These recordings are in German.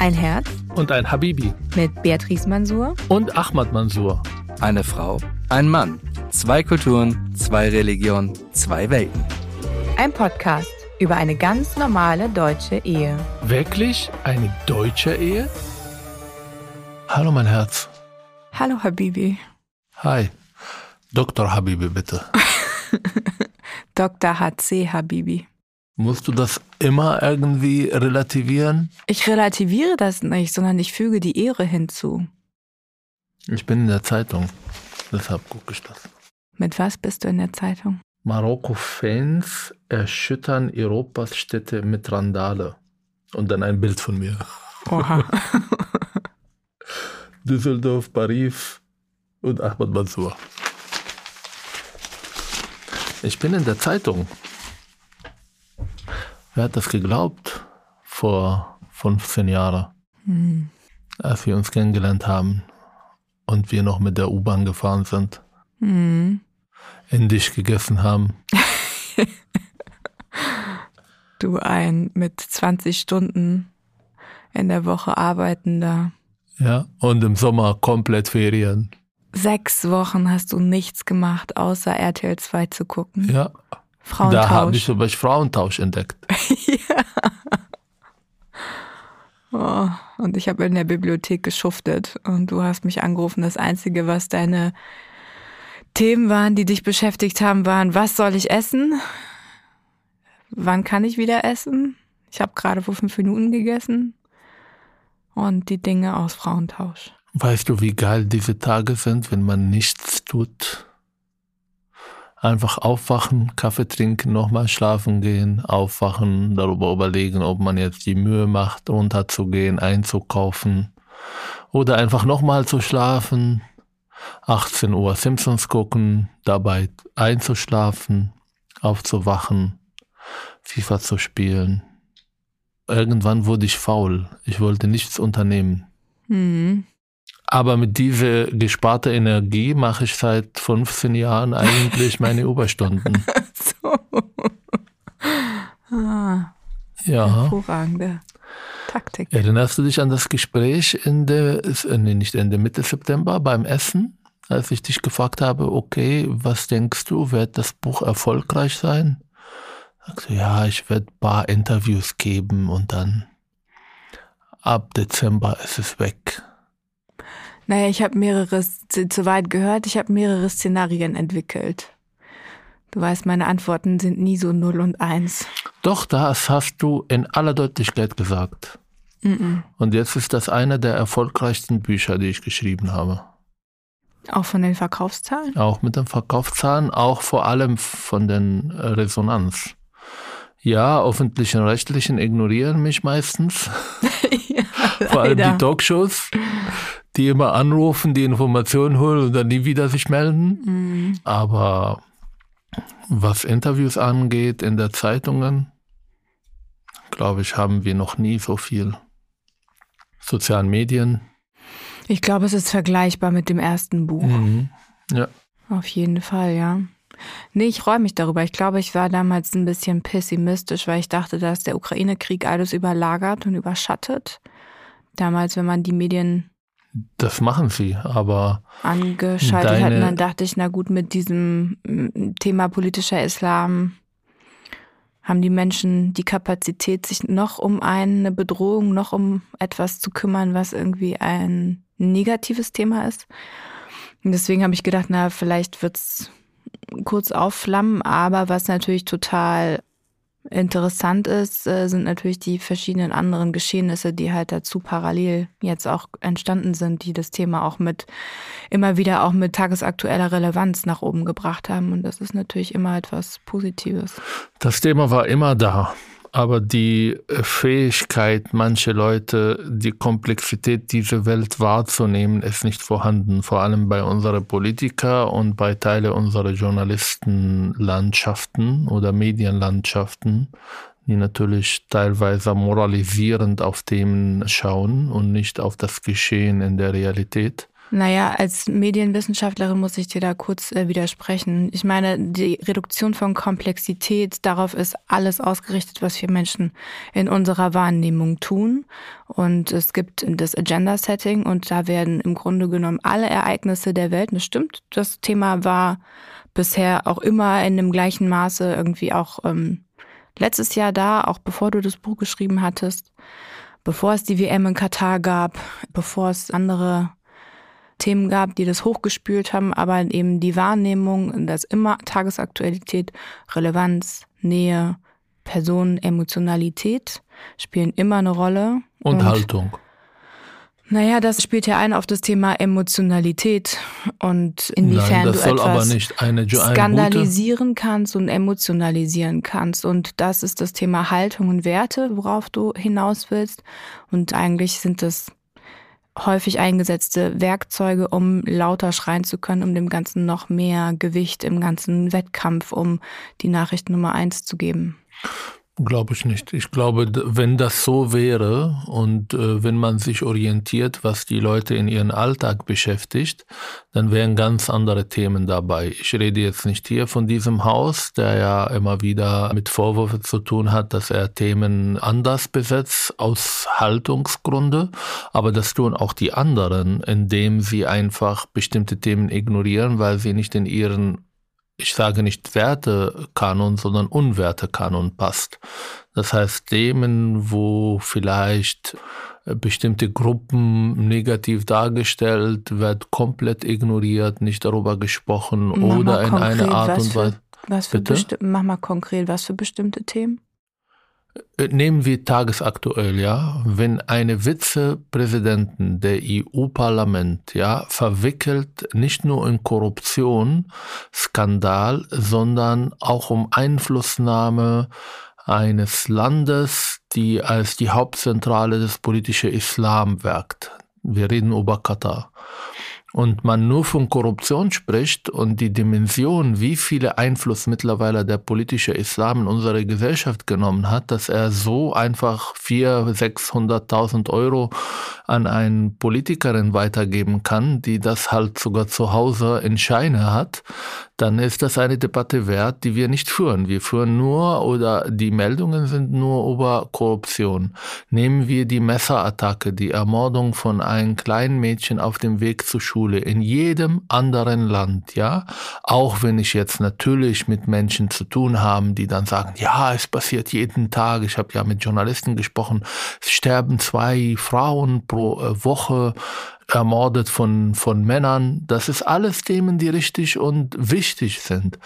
Ein Herz und ein Habibi mit Beatrice Mansour und Ahmad Mansour. Eine Frau, ein Mann, 2 Kulturen, 2 Religionen, 2 Welten. Ein Podcast über eine ganz normale deutsche Ehe. Wirklich? Eine deutsche Ehe? Hallo mein Herz. Hallo Habibi. Hi. Dr. Habibi, bitte. Dr. HC Habibi. Musst du das immer irgendwie relativieren? Ich relativiere das nicht, sondern ich füge die Ehre hinzu. Ich bin in der Zeitung, deshalb gucke ich das. Mit was bist du in der Zeitung? Marokko-Fans erschüttern Europas Städte mit Randale. Und dann ein Bild von mir. Oha. Düsseldorf, Paris und Ahmad Mansour. Ich bin in der Zeitung. Wer hat das geglaubt vor 15 Jahren, als wir uns kennengelernt haben und wir noch mit der U-Bahn gefahren sind, indisch gegessen haben. Du ein mit 20 Stunden in der Woche arbeitender. Ja, und im Sommer komplett Ferien. 6 Wochen hast du nichts gemacht, außer RTL 2 zu gucken. Ja. Frauentausch. Da habe ich zum Beispiel Frauentausch entdeckt. Ja. Oh, und ich habe in der Bibliothek geschuftet und du hast mich angerufen. Das Einzige, was deine Themen waren, die dich beschäftigt haben, waren: Was soll ich essen? Wann kann ich wieder essen? Ich habe gerade vor 5 Minuten gegessen. Und die Dinge aus Frauentausch. Weißt du, wie geil diese Tage sind, wenn man nichts tut? Einfach aufwachen, Kaffee trinken, nochmal schlafen gehen, aufwachen, darüber überlegen, ob man jetzt die Mühe macht, runterzugehen, einzukaufen oder einfach nochmal zu schlafen, 18 Uhr Simpsons gucken, dabei einzuschlafen, aufzuwachen, FIFA zu spielen. Irgendwann wurde ich faul, ich wollte nichts unternehmen. Aber mit dieser gesparten Energie mache ich seit 15 Jahren eigentlich meine Überstunden. So. Ja. Hervorragende Taktik. Erinnerst du dich an das Gespräch nicht Ende, Mitte September beim Essen, als ich dich gefragt habe, okay, was denkst du, wird das Buch erfolgreich sein? Sagst du, ja, ich werde ein paar Interviews geben und dann ab Dezember ist es weg. Naja, ich habe soweit gehört, ich habe mehrere Szenarien entwickelt. Du weißt, meine Antworten sind nie so 0 und 1. Doch, das hast du in aller Deutlichkeit gesagt. Und jetzt ist das eine der erfolgreichsten Bücher, die ich geschrieben habe. Auch von den Verkaufszahlen? Auch mit den Verkaufszahlen, auch vor allem von den Resonanz. Ja, öffentlichen Rechtlichen ignorieren mich meistens. Ja, vor allem die Talkshows, die immer anrufen, die Informationen holen und dann nie wieder sich melden. Aber was Interviews angeht in der Zeitungen, glaube ich, haben wir noch nie so viel. Sozialen Medien. Ich glaube, es ist vergleichbar mit dem ersten Buch. Ja. Auf jeden Fall, ja. Nee, ich freue mich darüber. Ich glaube, ich war damals ein bisschen pessimistisch, weil ich dachte, dass der Ukraine-Krieg alles überlagert und überschattet. Damals, wenn man die Medien das machen sie, aber angeschaltet hat, dann dachte ich, na gut, mit diesem Thema politischer Islam haben die Menschen die Kapazität, sich noch um eine Bedrohung, noch um etwas zu kümmern, was irgendwie ein negatives Thema ist. Und deswegen habe ich gedacht, na, vielleicht wird's kurz aufflammen, aber was natürlich total interessant ist, sind natürlich die verschiedenen anderen Geschehnisse, die halt dazu parallel jetzt auch entstanden sind, die das Thema auch immer wieder mit tagesaktueller Relevanz nach oben gebracht haben. Und das ist natürlich immer etwas Positives. Das Thema war immer da. Aber die Fähigkeit, manche Leute, die Komplexität dieser Welt wahrzunehmen, ist nicht vorhanden. Vor allem bei unseren Politikern und bei Teilen unserer Journalistenlandschaften oder Medienlandschaften, die natürlich teilweise moralisierend auf Themen schauen und nicht auf das Geschehen in der Realität. Naja, als Medienwissenschaftlerin muss ich dir da kurz widersprechen. Ich meine, die Reduktion von Komplexität, darauf ist alles ausgerichtet, was wir Menschen in unserer Wahrnehmung tun. Und es gibt das Agenda-Setting und da werden im Grunde genommen alle Ereignisse der Welt, das stimmt, das Thema war bisher auch immer in dem gleichen Maße irgendwie auch letztes Jahr da, auch bevor du das Buch geschrieben hattest, bevor es die WM in Katar gab, bevor es andere Themen gab, die das hochgespült haben, aber eben die Wahrnehmung, dass immer Tagesaktualität, Relevanz, Nähe, Personen, Emotionalität spielen immer eine Rolle. Und Haltung. Naja, das spielt ja ein auf das Thema Emotionalität und inwiefern du etwas skandalisieren kannst und emotionalisieren kannst. Und das ist das Thema Haltung und Werte, worauf du hinaus willst. Und eigentlich sind das häufig eingesetzte Werkzeuge, um lauter schreien zu können, um dem Ganzen noch mehr Gewicht im ganzen Wettkampf, um die Nachricht Nummer 1 zu geben. Glaube ich nicht. Ich glaube, wenn das so wäre und wenn man sich orientiert, was die Leute in ihrem Alltag beschäftigt, dann wären ganz andere Themen dabei. Ich rede jetzt nicht hier von diesem Haus, der ja immer wieder mit Vorwürfen zu tun hat, dass er Themen anders besetzt, aus Haltungsgründe. Aber das tun auch die anderen, indem sie einfach bestimmte Themen ignorieren, weil sie nicht in ihren, ich sage nicht Wertekanon, sondern Unwertekanon passt. Das heißt, Themen, wo vielleicht bestimmte Gruppen negativ dargestellt, wird komplett ignoriert, nicht darüber gesprochen oder in einer Art und Weise. Mach mal konkret, was für bestimmte Themen? Nehmen wir tagesaktuell, ja, wenn eine Vizepräsidentin der EU-Parlament, ja, verwickelt nicht nur in Korruption, Skandal, sondern auch um Einflussnahme eines Landes, die als die Hauptzentrale des politischen Islam wirkt. Wir reden über Katar. Und man nur von Korruption spricht und die Dimension, wie viel Einfluss mittlerweile der politische Islam in unsere Gesellschaft genommen hat, dass er so einfach 400.000-600.000 Euro an eine Politikerin weitergeben kann, die das halt sogar zu Hause in Scheine hat, dann ist das eine Debatte wert, die wir nicht führen. Wir führen nur, oder die Meldungen sind nur über Korruption. Nehmen wir die Messerattacke, die Ermordung von einem kleinen Mädchen auf dem Weg zur Schule in jedem anderen Land, ja. Auch wenn ich jetzt natürlich mit Menschen zu tun habe, die dann sagen, ja, es passiert jeden Tag. Ich habe ja mit Journalisten gesprochen, es sterben 2 Frauen pro Woche, ermordet von Männern. Das ist alles Themen, die richtig und wichtig sind.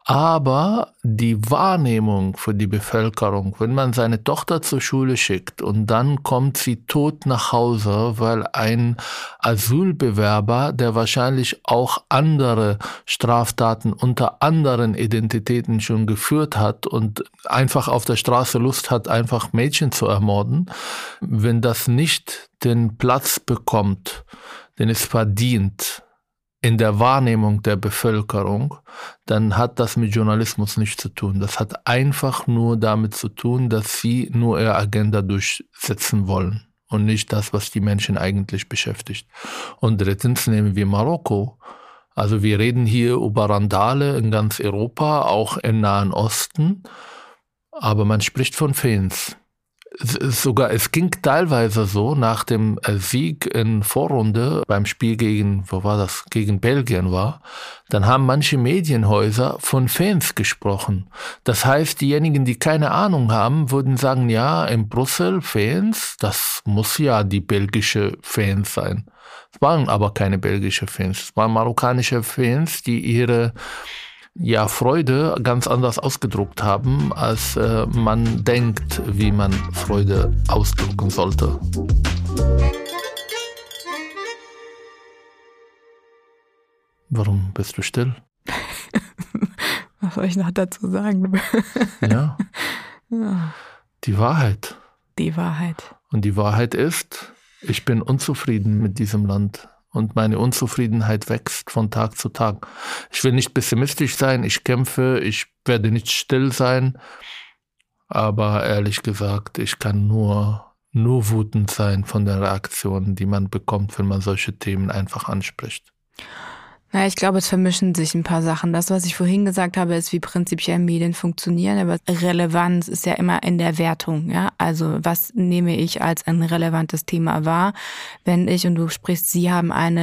Aber die Wahrnehmung für die Bevölkerung, wenn man seine Tochter zur Schule schickt und dann kommt sie tot nach Hause, weil ein Asylbewerber, der wahrscheinlich auch andere Straftaten unter anderen Identitäten schon geführt hat und einfach auf der Straße Lust hat, einfach Mädchen zu ermorden, wenn das nicht den Platz bekommt, den es verdient in der Wahrnehmung der Bevölkerung, dann hat das mit Journalismus nichts zu tun. Das hat einfach nur damit zu tun, dass sie nur ihre Agenda durchsetzen wollen und nicht das, was die Menschen eigentlich beschäftigt. Und drittens nehmen wir Marokko. Also wir reden hier über Randale in ganz Europa, auch im Nahen Osten, aber man spricht von Fans. Sogar, es ging teilweise so, nach dem Sieg in Vorrunde beim Spiel gegen Belgien war, dann haben manche Medienhäuser von Fans gesprochen. Das heißt, diejenigen, die keine Ahnung haben, würden sagen, ja, in Brüssel Fans, das muss ja die belgische Fans sein. Es waren aber keine belgische Fans, es waren marokkanische Fans, die ihre Freude ganz anders ausgedruckt haben, als man denkt, wie man Freude ausdrücken sollte. Warum bist du still? Was soll ich noch dazu sagen? Ja. Die Wahrheit. Die Wahrheit. Und die Wahrheit ist, ich bin unzufrieden mit diesem Land. Und meine Unzufriedenheit wächst von Tag zu Tag. Ich will nicht pessimistisch sein, ich kämpfe, ich werde nicht still sein. Aber ehrlich gesagt, ich kann nur wütend sein von den Reaktionen, die man bekommt, wenn man solche Themen einfach anspricht. Ja, ich glaube, es vermischen sich ein paar Sachen. Das, was ich vorhin gesagt habe, ist, wie prinzipiell Medien funktionieren, aber Relevanz ist ja immer in der Wertung, ja. Also, was nehme ich als ein relevantes Thema wahr? Wenn ich, und du sprichst, Sie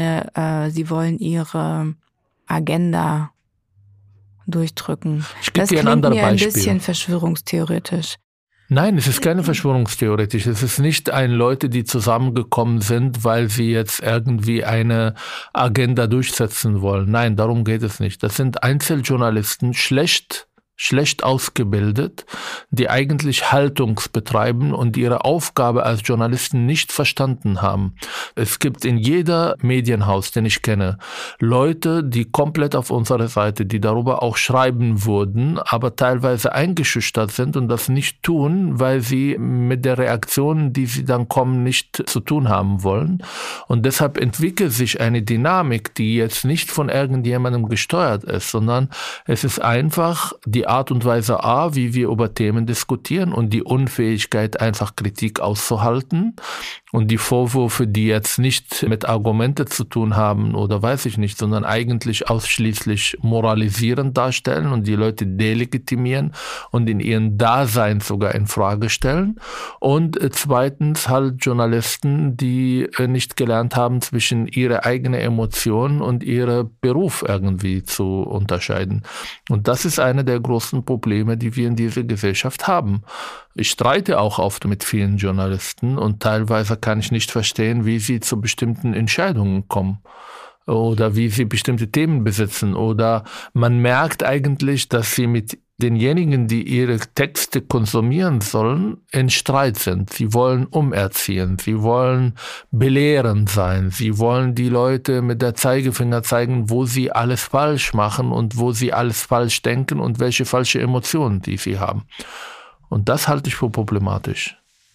wollen Ihre Agenda durchdrücken. Ich gebe dir ein anderes Beispiel. Das klingt mir ein bisschen verschwörungstheoretisch. Nein, es ist keine Verschwörungstheoretik. Es ist nicht Leute, die zusammengekommen sind, weil sie jetzt irgendwie eine Agenda durchsetzen wollen. Nein, darum geht es nicht. Das sind Einzeljournalisten, schlecht ausgebildet, die eigentlich Haltungsbetreiben und ihre Aufgabe als Journalisten nicht verstanden haben. Es gibt in jeder Medienhaus, den ich kenne, Leute, die komplett auf unserer Seite, die darüber auch schreiben würden, aber teilweise eingeschüchtert sind und das nicht tun, weil sie mit der Reaktion, die sie dann kommen, nicht zu tun haben wollen. Und deshalb entwickelt sich eine Dynamik, die jetzt nicht von irgendjemandem gesteuert ist, sondern es ist einfach die Art und Weise wie wir über Themen diskutieren und die Unfähigkeit, einfach Kritik auszuhalten und die Vorwürfe, die jetzt nicht mit Argumente zu tun haben oder weiß ich nicht, sondern eigentlich ausschließlich moralisierend darstellen und die Leute delegitimieren und in ihrem Dasein sogar in Frage stellen. Und zweitens halt Journalisten, die nicht gelernt haben, zwischen ihrer eigenen Emotion und ihrem Beruf irgendwie zu unterscheiden. Und das ist eine der großen Probleme, die wir in dieser Gesellschaft haben. Ich streite auch oft mit vielen Journalisten und teilweise kann ich nicht verstehen, wie sie zu bestimmten Entscheidungen kommen oder wie sie bestimmte Themen besitzen. Oder man merkt eigentlich, dass sie mit denjenigen, die ihre Texte konsumieren sollen, in Streit sind. Sie wollen umerziehen, sie wollen belehrend sein, sie wollen die Leute mit der Zeigefinger zeigen, wo sie alles falsch machen und wo sie alles falsch denken und welche falsche Emotionen die sie haben. Und das halte ich für problematisch.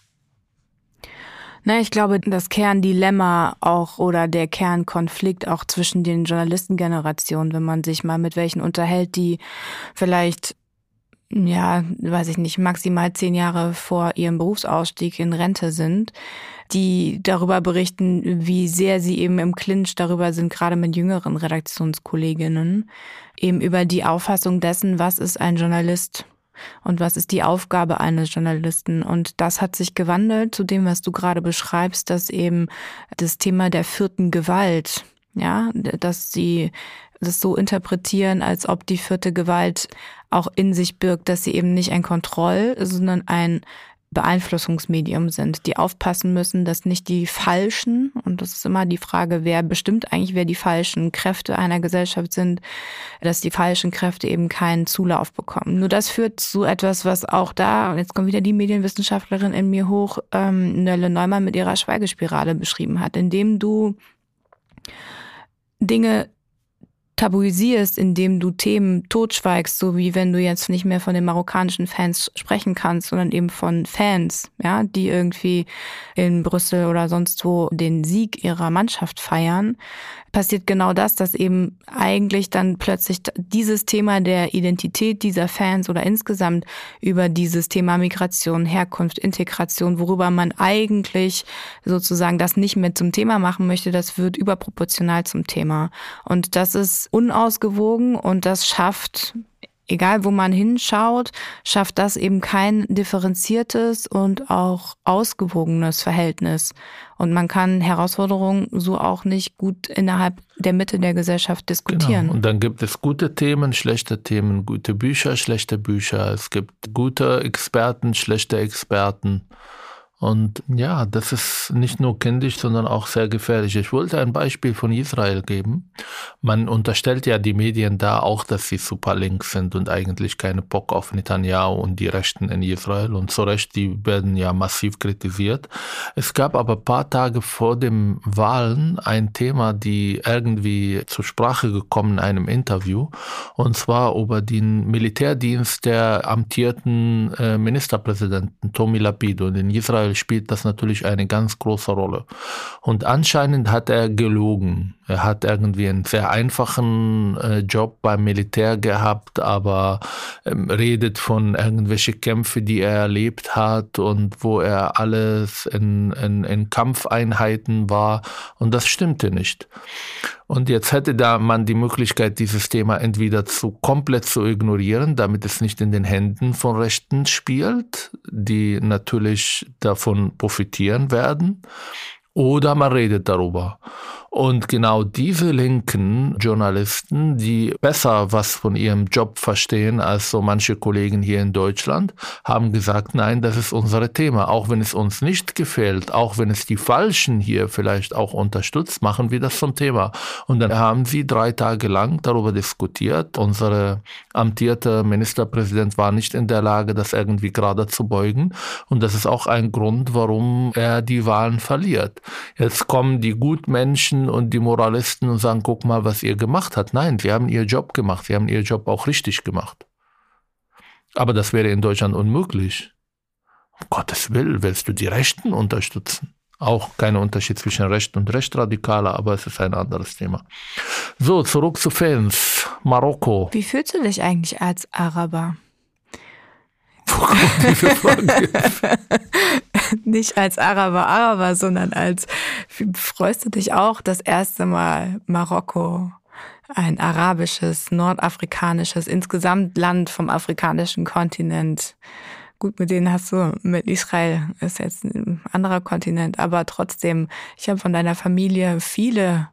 Na, ich glaube, das Kerndilemma auch oder der Kernkonflikt auch zwischen den Journalistengenerationen, wenn man sich mal mit welchen unterhält, die vielleicht weiß ich nicht, maximal 10 Jahre vor ihrem Berufsausstieg in Rente sind, die darüber berichten, wie sehr sie eben im Clinch darüber sind, gerade mit jüngeren Redaktionskolleginnen, eben über die Auffassung dessen, was ist ein Journalist und was ist die Aufgabe eines Journalisten. Und das hat sich gewandelt zu dem, was du gerade beschreibst, dass eben das Thema der 4. Gewalt, ja, dass sie das so interpretieren, als ob die 4. Gewalt auch in sich birgt, dass sie eben nicht ein Kontroll, sondern ein Beeinflussungsmedium sind, die aufpassen müssen, dass nicht die falschen, und das ist immer die Frage, wer bestimmt eigentlich, wer die falschen Kräfte einer Gesellschaft sind, dass die falschen Kräfte eben keinen Zulauf bekommen. Nur das führt zu etwas, was auch da, und jetzt kommt wieder die Medienwissenschaftlerin in mir hoch, Nölle Neumann mit ihrer Schweigespirale beschrieben hat, indem du Dinge tabuisierst, indem du Themen totschweigst, so wie wenn du jetzt nicht mehr von den marokkanischen Fans sprechen kannst, sondern eben von Fans, ja, die irgendwie in Brüssel oder sonst wo den Sieg ihrer Mannschaft feiern, passiert genau das, dass eben eigentlich dann plötzlich dieses Thema der Identität dieser Fans oder insgesamt über dieses Thema Migration, Herkunft, Integration, worüber man eigentlich sozusagen das nicht mehr zum Thema machen möchte, das wird überproportional zum Thema. Und das ist unausgewogen und das schafft, egal wo man hinschaut, schafft das eben kein differenziertes und auch ausgewogenes Verhältnis. Und man kann Herausforderungen so auch nicht gut innerhalb der Mitte der Gesellschaft diskutieren. Genau. Und dann gibt es gute Themen, schlechte Themen, gute Bücher, schlechte Bücher. Es gibt gute Experten, schlechte Experten. Und ja, das ist nicht nur kindisch, sondern auch sehr gefährlich. Ich wollte ein Beispiel von Israel geben. Man unterstellt ja die Medien da auch, dass sie super links sind und eigentlich keine Bock auf Netanyahu und die Rechten in Israel. Und zu Recht, die werden ja massiv kritisiert. Es gab aber ein paar Tage vor den Wahlen ein Thema, die irgendwie zur Sprache gekommen in einem Interview. Und zwar über den Militärdienst der amtierten Ministerpräsidenten Tomi Lapid. Und in Israel spielt das natürlich eine ganz große Rolle. Und anscheinend hat er gelogen. Er hat irgendwie einen sehr einfachen Job beim Militär gehabt, aber redet von irgendwelchen Kämpfen, die er erlebt hat und wo er alles in Kampfeinheiten war. Und das stimmte nicht. Und jetzt hätte da man die Möglichkeit, dieses Thema entweder komplett zu ignorieren, damit es nicht in den Händen von Rechten spielt, die natürlich davon profitieren werden, oder man redet darüber. Und genau diese linken Journalisten, die besser was von ihrem Job verstehen als so manche Kollegen hier in Deutschland, haben gesagt, nein, das ist unser Thema. Auch wenn es uns nicht gefällt, auch wenn es die Falschen hier vielleicht auch unterstützt, machen wir das zum Thema. Und dann haben sie 3 Tage lang darüber diskutiert. Unser amtierter Ministerpräsident war nicht in der Lage, das irgendwie gerade zu beugen. Und das ist auch ein Grund, warum er die Wahlen verliert. Jetzt kommen die Gutmenschen und die Moralisten und sagen, guck mal, was ihr gemacht habt. Nein, sie haben ihren Job gemacht. Sie haben ihren Job auch richtig gemacht. Aber das wäre in Deutschland unmöglich. Um Gottes Willen, willst du die Rechten unterstützen? Auch kein Unterschied zwischen Recht und Rechtsradikaler, aber es ist ein anderes Thema. So, zurück zu Fans. Marokko. Wie fühlst du dich eigentlich als Araber? Wo kommt diese Frage? Nicht als Araber, sondern freust du dich auch das erste Mal Marokko, ein arabisches, nordafrikanisches, insgesamt Land vom afrikanischen Kontinent. Gut, mit Israel ist jetzt ein anderer Kontinent, aber trotzdem, ich habe von deiner Familie viele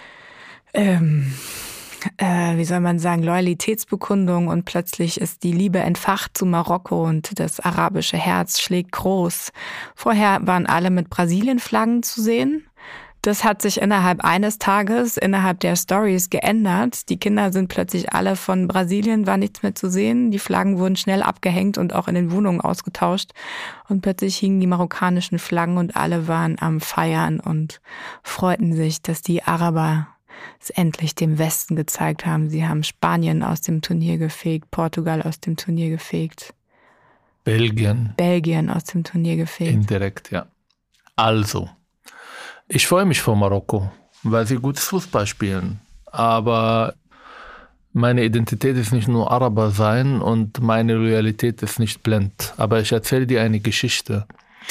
Loyalitätsbekundung und plötzlich ist die Liebe entfacht zu Marokko und das arabische Herz schlägt groß. Vorher waren alle mit Brasilien-Flaggen zu sehen. Das hat sich innerhalb eines Tages, innerhalb der Stories geändert. Die Kinder sind plötzlich alle von Brasilien, war nichts mehr zu sehen. Die Flaggen wurden schnell abgehängt und auch in den Wohnungen ausgetauscht. Und plötzlich hingen die marokkanischen Flaggen und alle waren am Feiern und freuten sich, dass die Araber es endlich dem Westen gezeigt haben. Sie haben Spanien aus dem Turnier gefegt, Portugal aus dem Turnier gefegt. Belgien aus dem Turnier gefegt. Indirekt, ja. Also, ich freue mich vor Marokko, weil sie gutes Fußball spielen. Aber meine Identität ist nicht nur Araber sein und meine Loyalität ist nicht blind. Aber ich erzähle dir eine Geschichte.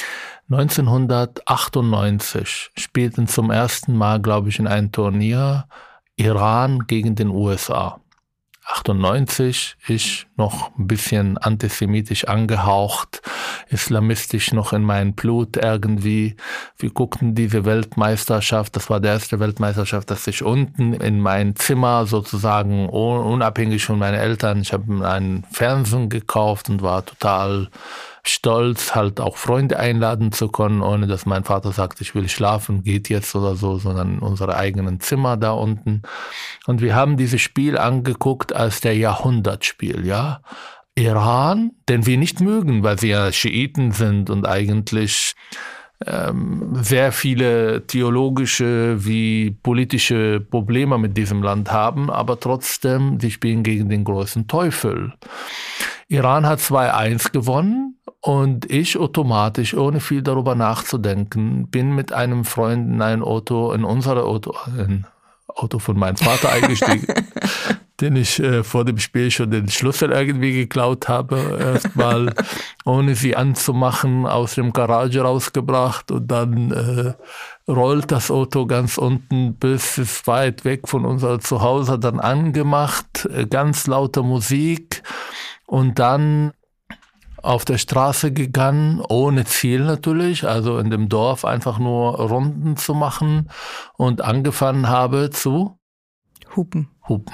1998 spielten zum ersten Mal, glaube ich, in einem Turnier Iran gegen den USA. 98, ich noch ein bisschen antisemitisch angehaucht, islamistisch noch in mein Blut irgendwie. Wir guckten diese Weltmeisterschaft, das war die erste Weltmeisterschaft, dass ich unten in mein Zimmer sozusagen, unabhängig von meinen Eltern, ich habe einen Fernsehen gekauft und war total stolz, halt auch Freunde einladen zu können, ohne dass mein Vater sagt, ich will schlafen, geht jetzt oder so, sondern in unsere eigenen Zimmer da unten. Und wir haben dieses Spiel angeguckt als der Jahrhundertspiel, ja. Iran, den wir nicht mögen, weil sie ja Schiiten sind und eigentlich sehr viele theologische wie politische Probleme mit diesem Land haben, aber trotzdem, sie spielen gegen den großen Teufel. Iran hat 2-1 gewonnen und ich automatisch, ohne viel darüber nachzudenken, bin mit einem Freund in ein Auto von meinem Vater eingestiegen, den ich vor dem Spiel schon den Schlüssel irgendwie geklaut habe, erstmal ohne sie anzumachen, aus dem Garage rausgebracht und dann rollt das Auto ganz unten bis weit weg von unserem Zuhause dann angemacht, ganz laute Musik und dann auf der Straße gegangen, ohne Ziel natürlich, also in dem Dorf einfach nur Runden zu machen und angefangen habe zu hupen.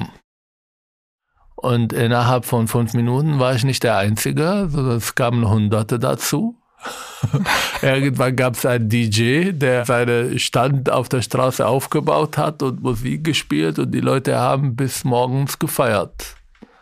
Und innerhalb von 5 Minuten war ich nicht der Einzige, sondern es kamen Hunderte dazu. Irgendwann gab es einen DJ, der seinen Stand auf der Straße aufgebaut hat und Musik gespielt und die Leute haben bis morgens gefeiert.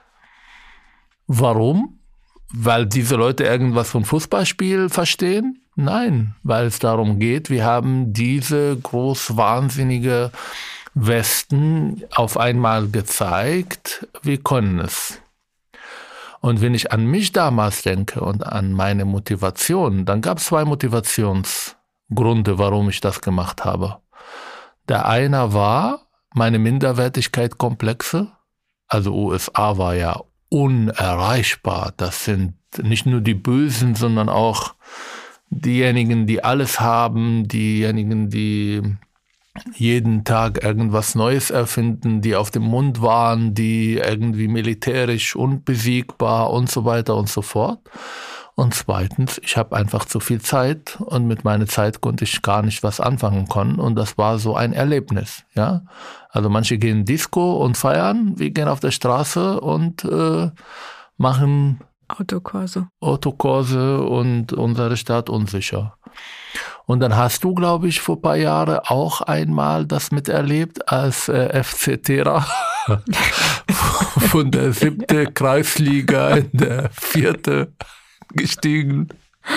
Warum? Weil diese Leute irgendwas vom Fußballspiel verstehen? Nein, weil es darum geht, wir haben diese großwahnsinnige Westen auf einmal gezeigt, wir können es. Und wenn ich an mich damals denke und an meine Motivation, dann gab es 2 Motivationsgründe, warum ich das gemacht habe. Der eine war, meine Minderwertigkeit-Komplexe. Also USA war ja unerreichbar. Das sind nicht nur die Bösen, sondern auch diejenigen, die alles haben, diejenigen, die jeden Tag irgendwas Neues erfinden, die auf dem Mond waren, die irgendwie militärisch unbesiegbar und so weiter und so fort. Und zweitens, ich habe einfach zu viel Zeit und mit meiner Zeit konnte ich gar nicht was anfangen können und das war so ein Erlebnis. Ja, also manche gehen Disco und feiern, wir gehen auf der Straße und machen Autokurse und unsere Stadt unsicher. Und dann hast du, glaube ich, vor ein paar Jahren auch einmal das miterlebt als FC Tera von der 7. Kreisliga in der 4. gestiegen.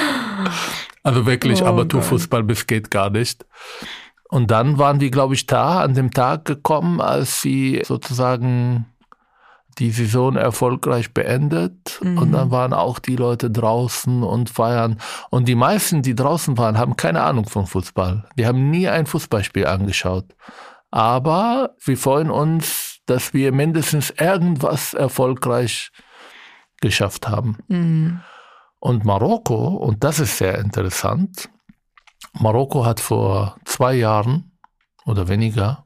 Also wirklich Amateurfußball bis geht gar nicht. Und dann waren wir, glaube ich, da an dem Tag gekommen, als sie sozusagen die Saison erfolgreich beendet. Und dann waren auch die Leute draußen und feiern. Und die meisten, die draußen waren, haben keine Ahnung von Fußball. Die haben nie ein Fußballspiel angeschaut. Aber wir freuen uns, dass wir mindestens irgendwas erfolgreich geschafft haben. Und Marokko, und das ist sehr interessant, Marokko hat vor 2 Jahren oder weniger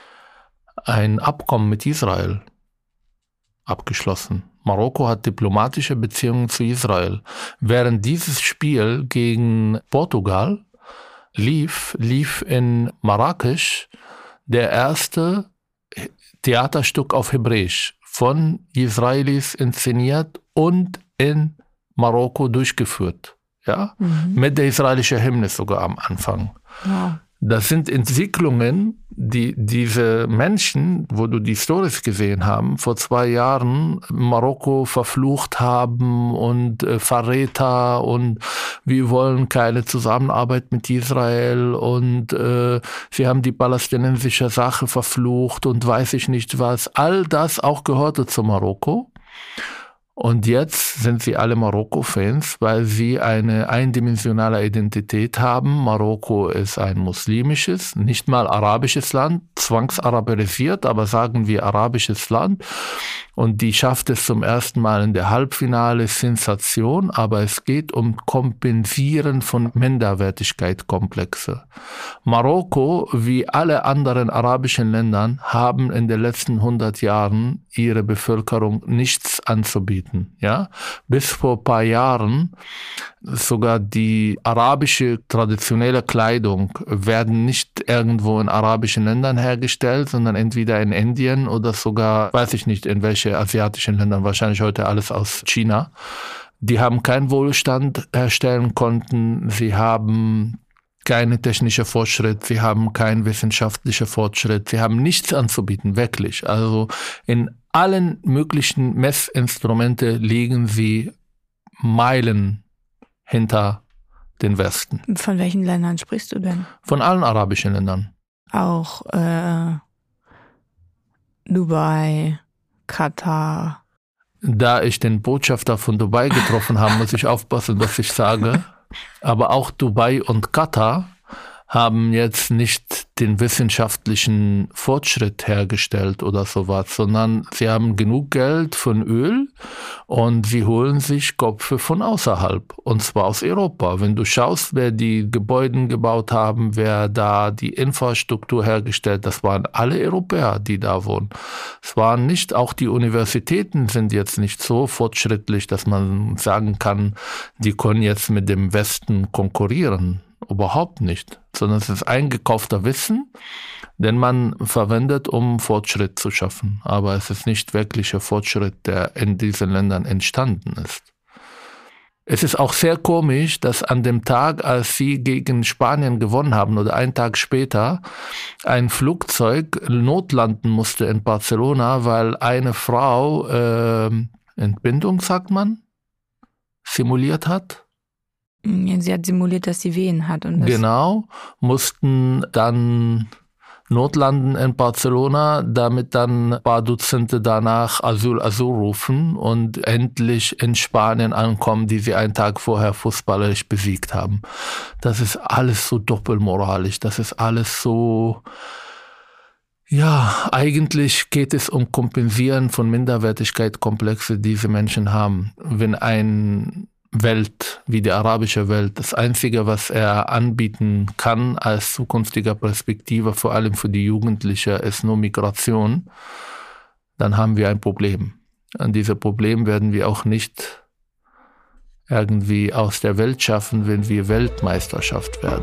ein Abkommen mit Israel abgeschlossen. Marokko hat diplomatische Beziehungen zu Israel. Während dieses Spiel gegen Portugal lief in Marrakesch der erste Theaterstück auf Hebräisch von Israelis inszeniert und in Marokko durchgeführt. Ja? Mit der israelischen Hymne sogar am Anfang. Ja. Das sind Entwicklungen, die diese Menschen, wo du die Stories gesehen haben, vor 2 Jahren Marokko verflucht haben und Verräter und wir wollen keine Zusammenarbeit mit Israel und sie haben die palästinensische Sache verflucht und weiß ich nicht was. All das auch gehörte zu Marokko. Und jetzt sind sie alle Marokko-Fans, weil sie eine eindimensionale Identität haben. Marokko ist ein muslimisches, nicht mal arabisches Land, zwangsarabisiert, aber sagen wir arabisches Land. Und die schafft es zum ersten Mal in der Halbfinale, Sensation, aber es geht um Kompensieren von Minderwertigkeitskomplexe. Marokko, wie alle anderen arabischen Länder, haben in den letzten 100 Jahren ihre Bevölkerung nichts anzubieten. Ja? Bis vor ein paar Jahren sogar die arabische traditionelle Kleidung werden nicht irgendwo in arabischen Ländern hergestellt, sondern entweder in Indien oder sogar, weiß ich nicht, in welche asiatischen Ländern, wahrscheinlich heute alles aus China. Die haben keinen Wohlstand herstellen konnten, sie haben keine technische Fortschritt, sie haben keinen wissenschaftlichen Fortschritt, sie haben nichts anzubieten, wirklich. Also in allen möglichen Messinstrumente liegen sie Meilen hinter den Westen. Von welchen Ländern sprichst du denn? Von allen arabischen Ländern. Auch Dubai, Katar. Da ich den Botschafter von Dubai getroffen habe, muss ich aufpassen, was ich sage. Aber auch Dubai und Katar haben jetzt nicht den wissenschaftlichen Fortschritt hergestellt oder sowas, sondern sie haben genug Geld von Öl und sie holen sich Köpfe von außerhalb, und zwar aus Europa. Wenn du schaust, wer die Gebäude gebaut haben, wer da die Infrastruktur hergestellt, das waren alle Europäer, die da wohnen. Es waren nicht, auch die Universitäten sind jetzt nicht so fortschrittlich, dass man sagen kann, die können jetzt mit dem Westen konkurrieren. Überhaupt nicht, sondern es ist eingekaufter Wissen, den man verwendet, um Fortschritt zu schaffen. Aber es ist nicht wirklicher Fortschritt, der in diesen Ländern entstanden ist. Es ist auch sehr komisch, dass an dem Tag, als sie gegen Spanien gewonnen haben oder einen Tag später, ein Flugzeug notlanden musste in Barcelona, weil eine Frau Entbindung, sagt man, simuliert hat. Sie hat simuliert, dass sie Wehen hat. Und genau, mussten dann notlanden in Barcelona, damit dann ein paar Dutzende danach Asyl rufen und endlich in Spanien ankommen, die sie einen Tag vorher fußballerisch besiegt haben. Das ist alles so doppelmoralisch, das ist alles so Ja, eigentlich geht es um Kompensieren von Minderwertigkeitskomplexe, die diese Menschen haben. Wenn eine Welt wie die arabische Welt, das Einzige, was er anbieten kann als zukünftige Perspektive, vor allem für die Jugendlichen, ist nur Migration, dann haben wir ein Problem. Und dieses Problem werden wir auch nicht irgendwie aus der Welt schaffen, wenn wir Weltmeisterschaft werden.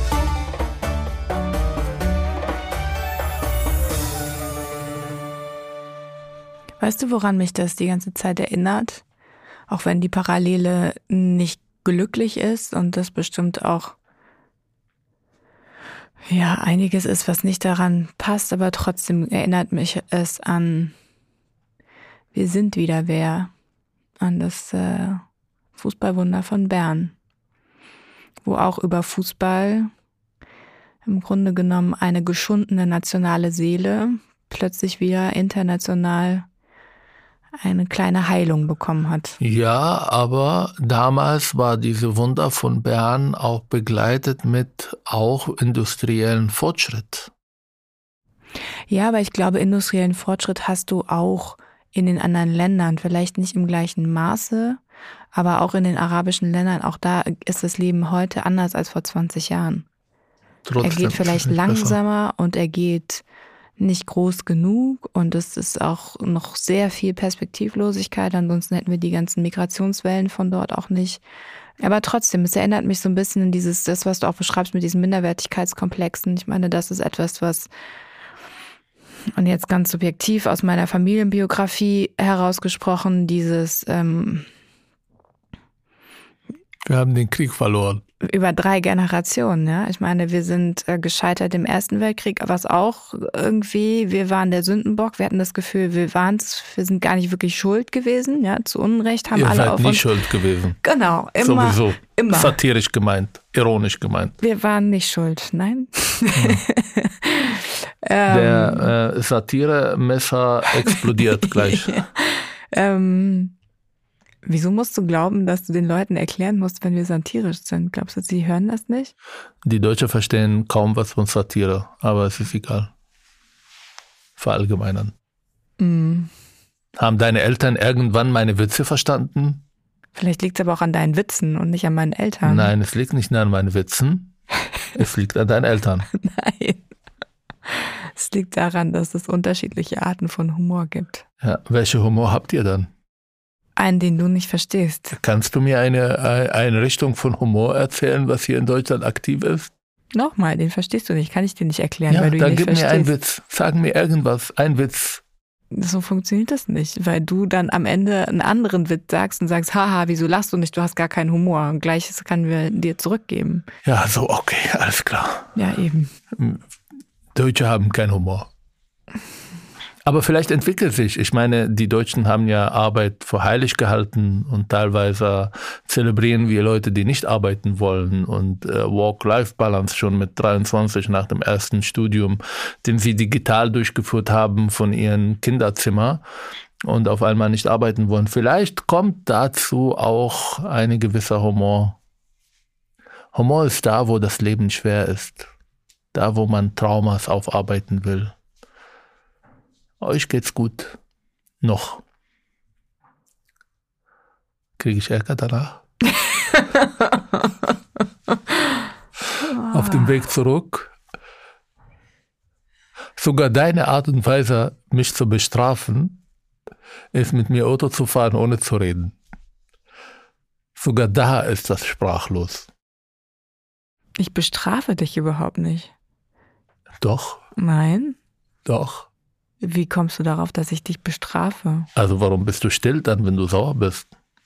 Weißt du, woran mich das die ganze Zeit erinnert? Auch wenn die Parallele nicht glücklich ist und das bestimmt auch einiges ist, was nicht daran passt, aber trotzdem erinnert mich es an Wir sind wieder wer, an das Fußballwunder von Bern, wo auch über Fußball im Grunde genommen eine geschundene nationale Seele plötzlich wieder international eine kleine Heilung bekommen hat. Ja, aber damals war diese Wunder von Bern auch begleitet mit auch industriellen Fortschritt. Ja, aber ich glaube, industriellen Fortschritt hast du auch in den anderen Ländern, vielleicht nicht im gleichen Maße, aber auch in den arabischen Ländern, auch da ist das Leben heute anders als vor 20 Jahren. Trotzdem, er geht vielleicht langsamer und er geht nicht groß genug und es ist auch noch sehr viel Perspektivlosigkeit, ansonsten hätten wir die ganzen Migrationswellen von dort auch nicht. Aber trotzdem, es erinnert mich so ein bisschen an das, was du auch beschreibst mit diesen Minderwertigkeitskomplexen. Ich meine, das ist etwas, was, und jetzt ganz subjektiv aus meiner Familienbiografie herausgesprochen, dieses wir haben den Krieg verloren. Über 3 Generationen, ja. Ich meine, wir sind gescheitert im Ersten Weltkrieg, was auch irgendwie, wir waren der Sündenbock, wir hatten das Gefühl, wir sind gar nicht wirklich schuld gewesen, ja, zu Unrecht haben alle auf uns. Ihr seid nie schuld gewesen. Genau, immer. Sowieso. Immer. Satirisch gemeint, ironisch gemeint. Wir waren nicht schuld, nein. Der Satiremesser explodiert gleich. Wieso musst du glauben, dass du den Leuten erklären musst, wenn wir satirisch sind? Glaubst du, sie hören das nicht? Die Deutschen verstehen kaum was von Satire, aber es ist egal. Verallgemeinern. Haben deine Eltern irgendwann meine Witze verstanden? Vielleicht liegt es aber auch an deinen Witzen und nicht an meinen Eltern. Nein, es liegt nicht an meinen Witzen. Es liegt an deinen Eltern. Nein. Es liegt daran, dass es unterschiedliche Arten von Humor gibt. Ja, welche Humor habt ihr dann? Einen, den du nicht verstehst. Kannst du mir eine Richtung von Humor erzählen, was hier in Deutschland aktiv ist? Nochmal, den verstehst du nicht. Kann ich dir nicht erklären, weil du ihn nicht verstehst. Ja, dann gib mir einen Witz. Sag mir irgendwas. Ein Witz. So funktioniert das nicht, weil du dann am Ende einen anderen Witz sagst und sagst, haha, wieso lachst du nicht? Du hast gar keinen Humor. Und Gleiches können wir dir zurückgeben. Ja, so, okay, alles klar. Ja, eben. Deutsche haben keinen Humor. Aber vielleicht entwickelt sich. Ich meine, die Deutschen haben ja Arbeit für heilig gehalten und teilweise zelebrieren wir Leute, die nicht arbeiten wollen und Work-Life-Balance schon mit 23 nach dem ersten Studium, den sie digital durchgeführt haben von ihrem Kinderzimmer und auf einmal nicht arbeiten wollen. Vielleicht kommt dazu auch ein gewisser Humor. Humor ist da, wo das Leben schwer ist. Da, wo man Traumas aufarbeiten will. Euch geht's gut. Noch. Kriege ich Ärger danach? Auf dem Weg zurück. Sogar deine Art und Weise, mich zu bestrafen, ist mit mir Auto zu fahren, ohne zu reden. Sogar da ist das sprachlos. Ich bestrafe dich überhaupt nicht. Doch. Nein. Doch. Wie kommst du darauf, dass ich dich bestrafe? Also warum bist du still dann, wenn du sauer bist?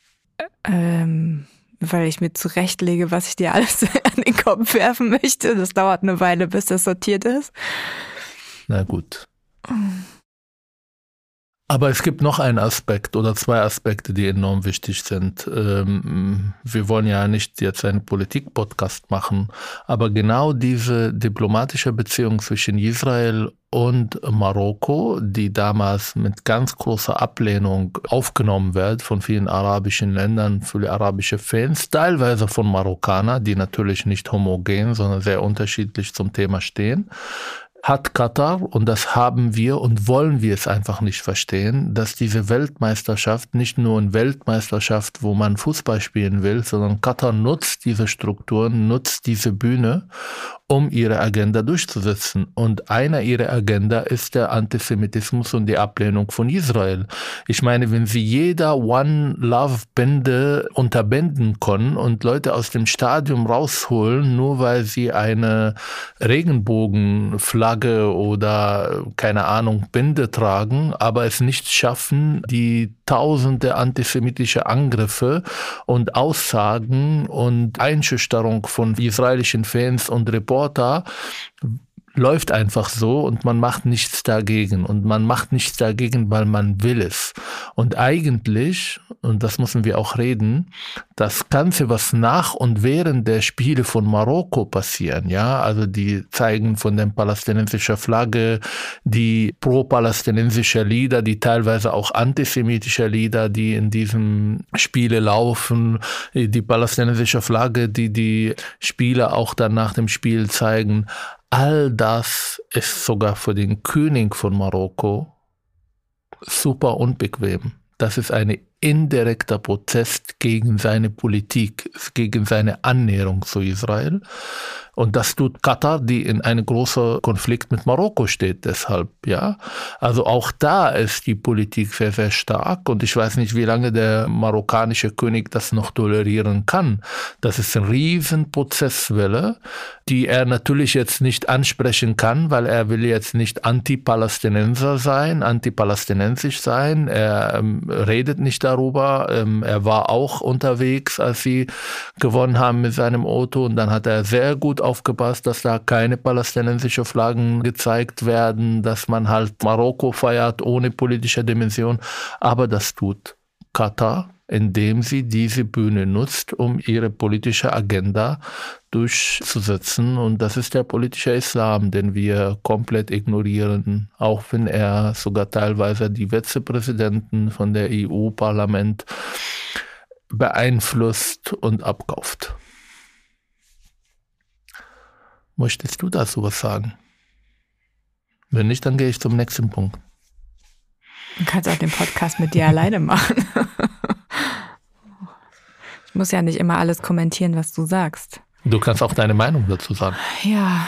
Weil ich mir zurechtlege, was ich dir alles an den Kopf werfen möchte. Das dauert eine Weile, bis das sortiert ist. Na gut. Aber es gibt noch einen Aspekt oder 2 Aspekte, die enorm wichtig sind. Wir wollen ja nicht jetzt einen Politik-Podcast machen, aber genau diese diplomatische Beziehung zwischen Israel und Marokko, die damals mit ganz großer Ablehnung aufgenommen wird von vielen arabischen Ländern, viele arabische Fans, teilweise von Marokkanern, die natürlich nicht homogen, sondern sehr unterschiedlich zum Thema stehen, hat Katar, und das haben wir und wollen wir es einfach nicht verstehen, dass diese Weltmeisterschaft nicht nur eine Weltmeisterschaft, wo man Fußball spielen will, sondern Katar nutzt diese Strukturen, nutzt diese Bühne, um ihre Agenda durchzusetzen. Und einer ihrer Agenda ist der Antisemitismus und die Ablehnung von Israel. Ich meine, wenn sie jeder One-Love-Bände unterbinden können und Leute aus dem Stadion rausholen, nur weil sie eine Regenbogenflagge oder, keine Ahnung, Binde tragen, aber es nicht schaffen, die tausende antisemitische Angriffe und Aussagen und Einschüchterung von israelischen Fans und Reporter läuft einfach so und man macht nichts dagegen. Und man macht nichts dagegen, weil man will es. Und eigentlich, und das müssen wir auch reden, das Ganze, was nach und während der Spiele von Marokko passieren, ja, also die zeigen von der palästinensischen Flagge, die pro-palästinensische Lieder, die teilweise auch antisemitische Lieder, die in diesem Spiele laufen, die palästinensische Flagge, die Spieler auch dann nach dem Spiel zeigen. All das ist sogar für den König von Marokko super unbequem. Das ist ein indirekter Protest gegen seine Politik, gegen seine Annäherung zu Israel. Und das tut Katar, die in einem großen Konflikt mit Marokko steht, deshalb, ja. Also auch da ist die Politik sehr, sehr stark. Und ich weiß nicht, wie lange der marokkanische König das noch tolerieren kann. Das ist eine riesen Prozesswelle, die er natürlich jetzt nicht ansprechen kann, weil er will jetzt nicht anti-Palästinenser sein, anti-palästinensisch sein. Er redet nicht darüber. Er war auch unterwegs, als sie gewonnen haben mit seinem Auto. Und dann hat er sehr gut aufgepasst, dass da keine palästinensischen Flaggen gezeigt werden, dass man halt Marokko feiert ohne politische Dimension. Aber das tut Katar, indem sie diese Bühne nutzt, um ihre politische Agenda durchzusetzen. Und das ist der politische Islam, den wir komplett ignorieren, auch wenn er sogar teilweise die Vizepräsidenten von der EU-Parlament beeinflusst und abkauft. Möchtest du dazu was sagen? Wenn nicht, dann gehe ich zum nächsten Punkt. Du kannst auch den Podcast mit dir alleine machen. Ich muss ja nicht immer alles kommentieren, was du sagst. Du kannst auch deine Meinung dazu sagen. Ja,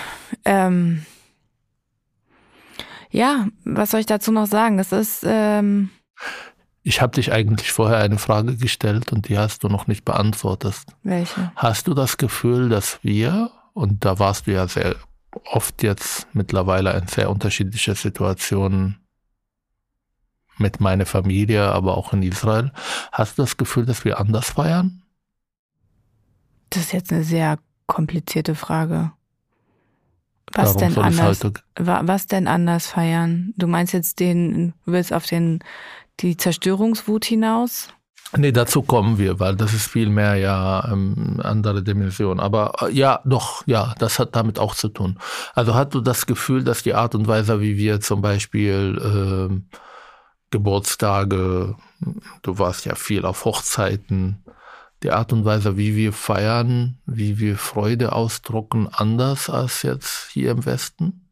ja, was soll ich dazu noch sagen? Das ist... Ich habe dich eigentlich vorher eine Frage gestellt und die hast du noch nicht beantwortet. Welche? Hast du das Gefühl, dass wir, und da warst du ja sehr oft jetzt mittlerweile in sehr unterschiedlichen Situationen mit meiner Familie, aber auch in Israel, hast du das Gefühl, dass wir anders feiern? Das ist jetzt eine sehr komplizierte Frage. Was denn anders? Was denn anders feiern? Du meinst jetzt du willst auf die Zerstörungswut hinaus? Nee, dazu kommen wir, weil das ist viel mehr ja andere Dimension. Aber ja, doch, ja, das hat damit auch zu tun. Also hast du das Gefühl, dass die Art und Weise, wie wir zum Beispiel Geburtstage, du warst ja viel auf Hochzeiten, die Art und Weise, wie wir feiern, wie wir Freude ausdrücken, anders als jetzt hier im Westen?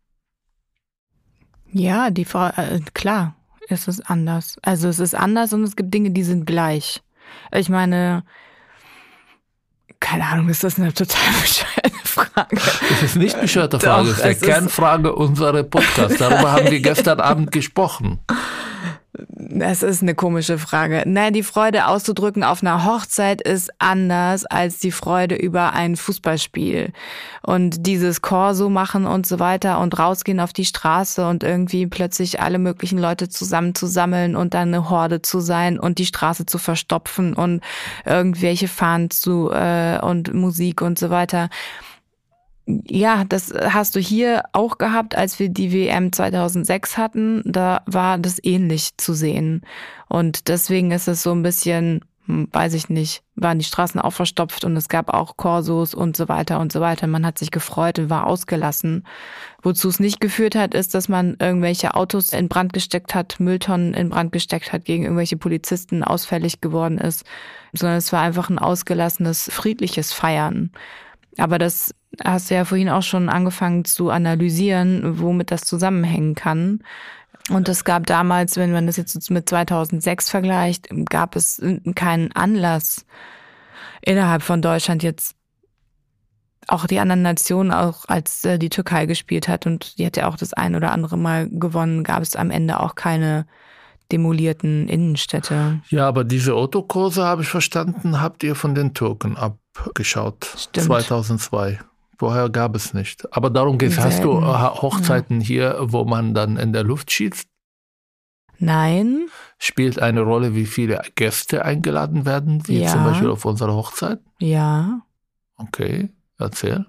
Ja, klar. Es ist anders. Also es ist anders und es gibt Dinge, die sind gleich. Ich meine, keine Ahnung, ist das eine total bescheuerte Frage? Das ist nicht eine bescheuerte Frage, das ist die Kernfrage unserer Podcasts. Darüber haben wir gestern Abend gesprochen. Das ist eine komische Frage. Die Freude auszudrücken auf einer Hochzeit ist anders als die Freude über ein Fußballspiel. Und dieses Corso machen und so weiter und rausgehen auf die Straße und irgendwie plötzlich alle möglichen Leute zusammenzusammeln und dann eine Horde zu sein und die Straße zu verstopfen und irgendwelche Fahnen und Musik und so weiter. Ja, das hast du hier auch gehabt, als wir die WM 2006 hatten. Da war das ähnlich zu sehen. Und deswegen ist es so ein bisschen, weiß ich nicht, waren die Straßen auch verstopft und es gab auch Korsos und so weiter und so weiter. Man hat sich gefreut und war ausgelassen. Wozu es nicht geführt hat, ist, dass man irgendwelche Autos in Brand gesteckt hat, Mülltonnen in Brand gesteckt hat, gegen irgendwelche Polizisten ausfällig geworden ist, sondern es war einfach ein ausgelassenes, friedliches Feiern. Aber das hast du ja vorhin auch schon angefangen zu analysieren, womit das zusammenhängen kann. Und es gab damals, wenn man das jetzt mit 2006 vergleicht, gab es keinen Anlass innerhalb von Deutschland jetzt auch die anderen Nationen, auch als die Türkei gespielt hat und die hat ja auch das ein oder andere Mal gewonnen, gab es am Ende auch keine demolierten Innenstädte. Ja, aber diese Autokurse, habe ich verstanden, habt ihr von den Türken abgeschaut. Stimmt. 2002. Vorher gab es nicht. Aber darum geht es. Hast du Hochzeiten hier, wo man dann in der Luft schießt? Nein. Spielt eine Rolle, wie viele Gäste eingeladen werden, wie zum Beispiel auf unserer Hochzeit? Ja. Okay, erzähl.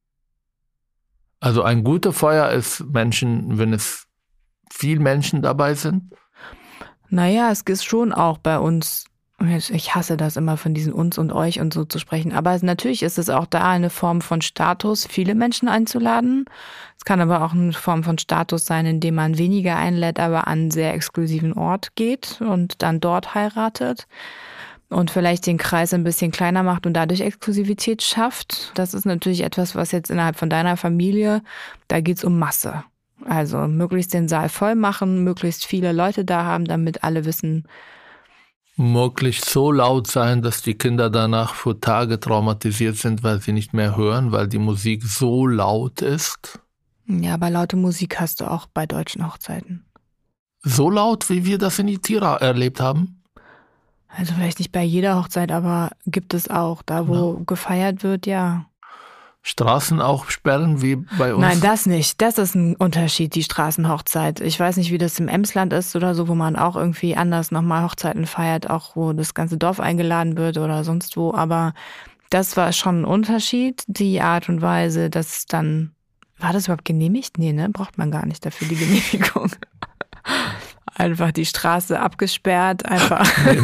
Also ein guter Feuer ist Menschen, wenn es viele Menschen dabei sind? Naja, es ist schon auch bei uns, ich hasse das immer von diesen uns und euch und so zu sprechen, aber natürlich ist es auch da eine Form von Status, viele Menschen einzuladen. Es kann aber auch eine Form von Status sein, indem man weniger einlädt, aber an einen sehr exklusiven Ort geht und dann dort heiratet und vielleicht den Kreis ein bisschen kleiner macht und dadurch Exklusivität schafft. Das ist natürlich etwas, was jetzt innerhalb von deiner Familie, da geht's um Masse. Also möglichst den Saal voll machen, möglichst viele Leute da haben, damit alle wissen. Möglichst so laut sein, dass die Kinder danach für Tage traumatisiert sind, weil sie nicht mehr hören, weil die Musik so laut ist. Ja, aber laute Musik hast du auch bei deutschen Hochzeiten. So laut, wie wir das in Itira erlebt haben? Also vielleicht nicht bei jeder Hochzeit, aber gibt es auch. Da, wo gefeiert wird, ja. Straßen auch sperren wie bei uns? Nein, das nicht. Das ist ein Unterschied, die Straßenhochzeit. Ich weiß nicht, wie das im Emsland ist oder so, wo man auch irgendwie anders nochmal Hochzeiten feiert, auch wo das ganze Dorf eingeladen wird oder sonst wo. Aber das war schon ein Unterschied, die Art und Weise, dass dann, war das überhaupt genehmigt? Nee, ne? Braucht man gar nicht dafür die Genehmigung. Einfach die Straße abgesperrt, einfach.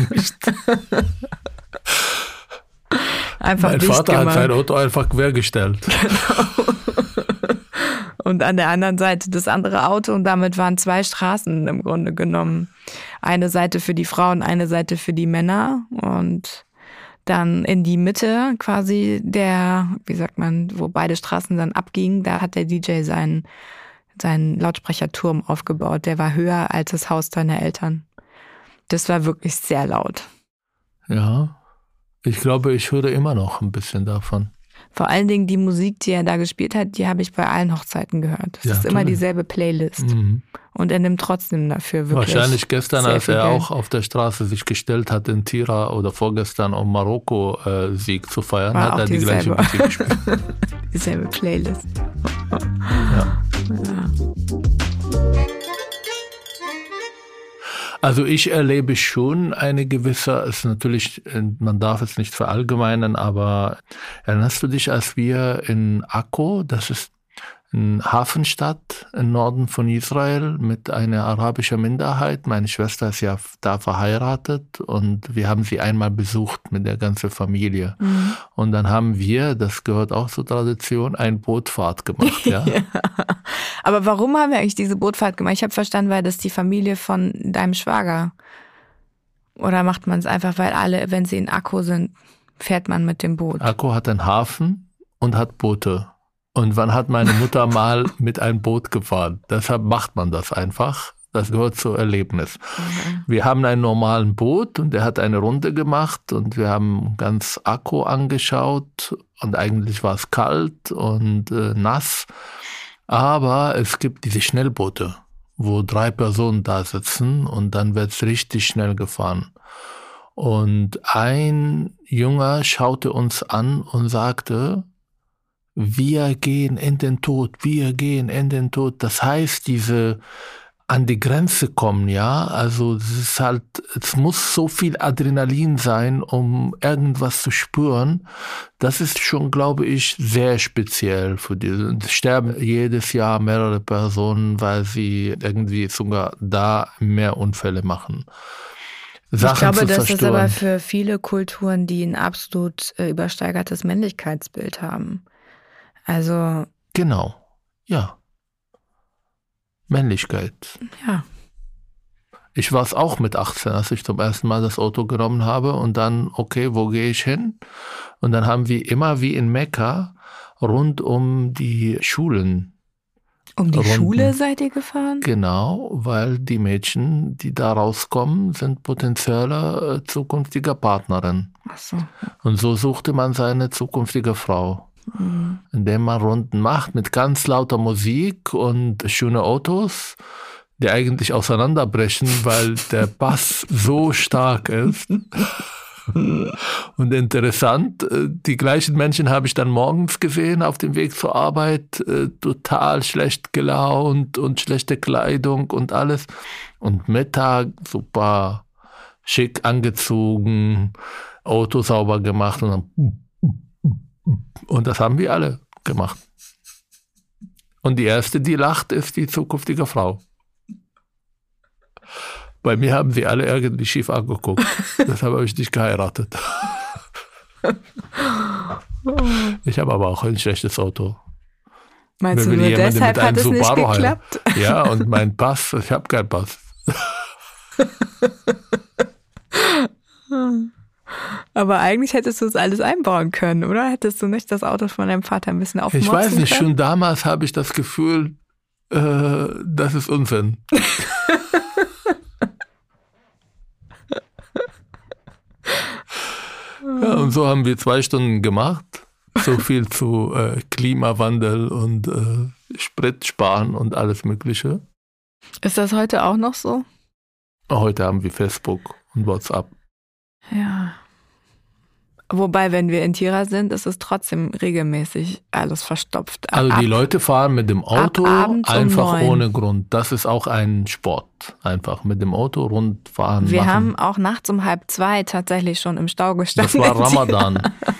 Einfach mein Vater hat sein Auto einfach quergestellt. Genau. Und an der anderen Seite das andere Auto und damit waren 2 Straßen im Grunde genommen. Eine Seite für die Frauen, eine Seite für die Männer und dann in die Mitte quasi wo beide Straßen dann abgingen, da hat der DJ seinen Lautsprecherturm aufgebaut. Der war höher als das Haus deiner Eltern. Das war wirklich sehr laut. Ja. Ich glaube, ich höre immer noch ein bisschen davon. Vor allen Dingen die Musik, die er da gespielt hat, die habe ich bei allen Hochzeiten gehört. Das ist immer dieselbe Playlist. Mhm. Und er nimmt trotzdem dafür wirklich. Wahrscheinlich gestern, als er auch auf der Straße sich gestellt hat in Tira oder vorgestern, um Marokko-Sieg zu feiern, hat er die gleiche Musik gespielt. Dieselbe Playlist. Ja. Also ich erlebe schon eine gewisse, ist natürlich, man darf es nicht verallgemeinern, aber erinnerst du dich, als wir in Akko, das ist eine Hafenstadt im Norden von Israel mit einer arabischen Minderheit, meine Schwester ist ja da verheiratet und wir haben sie einmal besucht mit der ganzen Familie. Mhm. Und dann haben wir, das gehört auch zur Tradition, eine Bootfahrt gemacht. Ja. Ja. Aber warum haben wir eigentlich diese Bootfahrt gemacht? Ich habe verstanden, weil das die Familie von deinem Schwager. Oder macht man es einfach, weil alle, wenn sie in Akko sind, fährt man mit dem Boot? Akko hat einen Hafen und hat Boote. Und wann hat meine Mutter mal mit einem Boot gefahren? Deshalb macht man das einfach. Das gehört zum Erlebnis. Mhm. Wir haben einen normalen Boot und der hat eine Runde gemacht und wir haben ganz Akko angeschaut und eigentlich war es kalt und nass. Aber es gibt diese Schnellboote, wo 3 Personen da sitzen und dann wird es richtig schnell gefahren. Und ein Junge schaute uns an und sagte, wir gehen in den Tod, wir gehen in den Tod. Das heißt, diese an die Grenze kommen, ja, also es muss so viel Adrenalin sein, um irgendwas zu spüren. Das ist schon, glaube ich, sehr speziell für diese. Es sterben jedes Jahr mehrere Personen, weil sie irgendwie sogar da mehr Unfälle machen. Sachen ich glaube, das ist aber für viele Kulturen, die ein absolut übersteigertes Männlichkeitsbild haben. Also. Genau, ja. Männlichkeit. Ja. Ich war es auch mit 18, als ich zum ersten Mal das Auto genommen habe und dann, okay, wo gehe ich hin? Und dann haben wir immer wie in Mekka rund um die Schulen. Um die Schule seid ihr gefahren? Genau, weil die Mädchen, die da rauskommen, sind potenzielle zukünftige Partnerin. Ach so. Und so suchte man seine zukünftige Frau. Indem man Runden macht mit ganz lauter Musik und schöne Autos, die eigentlich auseinanderbrechen, weil der Bass so stark ist. Und interessant, die gleichen Menschen habe ich dann morgens gesehen auf dem Weg zur Arbeit, total schlecht gelaunt und schlechte Kleidung und alles. Und Mittag super schick angezogen, Auto sauber gemacht und das haben wir alle gemacht. Und die erste, die lacht, ist die zukünftige Frau. Bei mir haben sie alle irgendwie schief angeguckt. Deshalb habe ich nicht geheiratet. Ich habe aber auch ein schlechtes Auto. Meinst du nur deshalb hat es nicht geklappt? Ja, und mein Pass, ich habe keinen Pass. Aber eigentlich hättest du es alles einbauen können, oder? Hättest du nicht das Auto von deinem Vater ein bisschen aufmotzen können? Ich weiß nicht, schon damals habe ich das Gefühl, das ist Unsinn. Ja, und so haben wir 2 Stunden gemacht. So viel zu Klimawandel und Sprit sparen und alles Mögliche. Ist das heute auch noch so? Heute haben wir Facebook und WhatsApp. Ja. Wobei, wenn wir in Tira sind, ist es trotzdem regelmäßig alles verstopft. Also die Leute fahren mit dem Auto einfach ohne Grund. Das ist auch ein Sport. Einfach mit dem Auto rund fahren. Wir haben auch nachts um 1:30 tatsächlich schon im Stau gestanden. Das war Ramadan.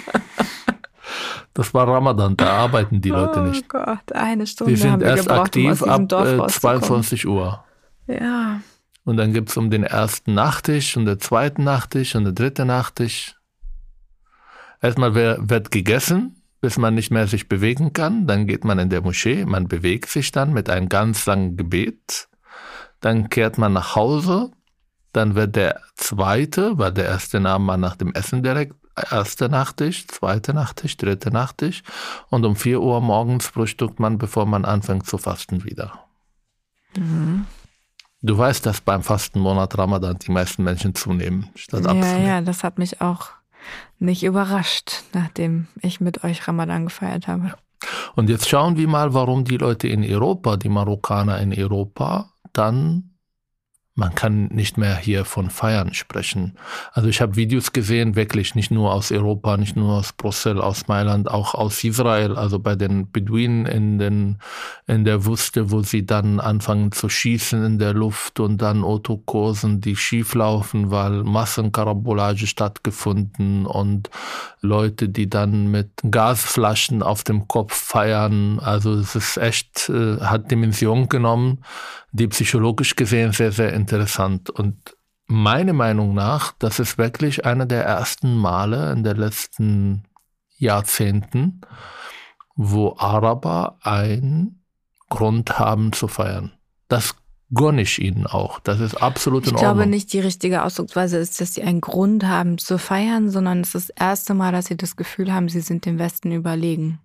Das war Ramadan, da arbeiten die Leute nicht. Oh Gott, 1 Stunde die sind haben wir erst gebraucht, aktiv um ab Dorf rauszukommen. 22 Uhr. Ja. Und dann gibt es um den ersten Nachtisch und den zweiten Nachtisch und den dritten Nachtisch. Erstmal wird gegessen, bis man nicht mehr sich bewegen kann. Dann geht man in der Moschee, man bewegt sich dann mit einem ganz langen Gebet. Dann kehrt man nach Hause. Dann wird der zweite, weil der erste nahm man nach dem Essen direkt, erster Nachtisch, zweiter Nachtisch, dritter Nachtisch. Und um 4 Uhr morgens frühstückt man, bevor man anfängt zu fasten wieder. Mhm. Du weißt, dass beim Fastenmonat Ramadan die meisten Menschen zunehmen, statt abzunehmen. Ja, das hat mich auch nicht überrascht, nachdem ich mit euch Ramadan gefeiert habe. Und jetzt schauen wir mal, warum die Leute in Europa, die Marokkaner in Europa, dann, man kann nicht mehr hier von Feiern sprechen. Also ich habe Videos gesehen, wirklich nicht nur aus Europa, nicht nur aus Brüssel, aus Mailand, auch aus Israel, also bei den Beduinen in der Wüste, wo sie dann anfangen zu schießen in der Luft und dann Autokursen, die schief laufen, weil Massenkarambolage stattgefunden und Leute, die dann mit Gasflaschen auf dem Kopf feiern. Also es ist echt, hat Dimension genommen, die psychologisch gesehen sehr, sehr interessant. Und meiner Meinung nach, das ist wirklich einer der ersten Male in den letzten Jahrzehnten, wo Araber einen Grund haben zu feiern. Das gönne ich ihnen auch. Das ist absolut in Ordnung. Ich glaube nicht, die richtige Ausdrucksweise ist, dass sie einen Grund haben zu feiern, sondern es ist das erste Mal, dass sie das Gefühl haben, sie sind dem Westen überlegen.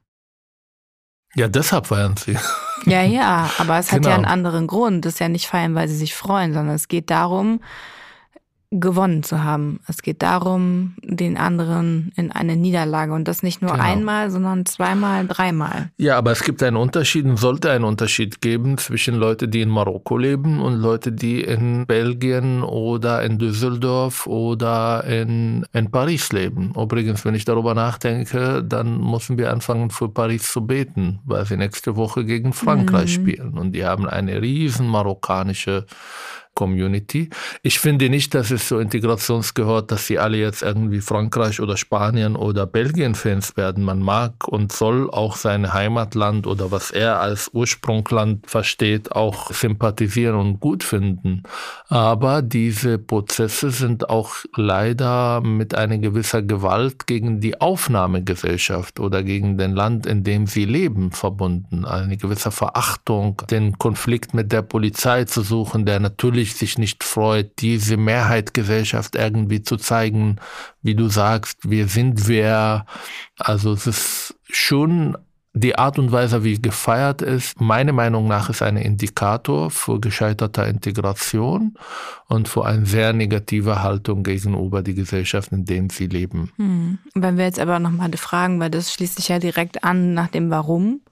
Ja, deshalb feiern sie. Ja, aber es hat ja einen anderen Grund. Das ist ja nicht feiern, weil sie sich freuen, sondern es geht darum, gewonnen zu haben. Es geht darum, den anderen in eine Niederlage und das nicht nur einmal, sondern 2-mal, 3-mal. Ja, aber es gibt einen Unterschied und sollte einen Unterschied geben zwischen Leuten, die in Marokko leben und Leute, die in Belgien oder in Düsseldorf oder in Paris leben. Übrigens, wenn ich darüber nachdenke, dann müssen wir anfangen, für Paris zu beten, weil sie nächste Woche gegen Frankreich spielen und die haben eine riesen marokkanische Community. Ich finde nicht, dass es so integrationsgehört, dass sie alle jetzt irgendwie Frankreich oder Spanien oder Belgien-Fans werden. Man mag und soll auch sein Heimatland oder was er als Ursprungsland versteht, auch sympathisieren und gut finden. Aber diese Prozesse sind auch leider mit einer gewissen Gewalt gegen die Aufnahmegesellschaft oder gegen den Land, in dem sie leben, verbunden. Eine gewisse Verachtung, den Konflikt mit der Polizei zu suchen, der natürlich natürlich sich nicht freut, diese Mehrheitsgesellschaft irgendwie zu zeigen, wie du sagst, wir sind wer. Also es ist schon die Art und Weise, wie gefeiert ist, meiner Meinung nach ist ein Indikator für gescheiterte Integration und für eine sehr negative Haltung gegenüber der Gesellschaft, in der sie leben. Wenn wir jetzt aber nochmal fragen, weil das schließt sich ja direkt an nach dem Warum.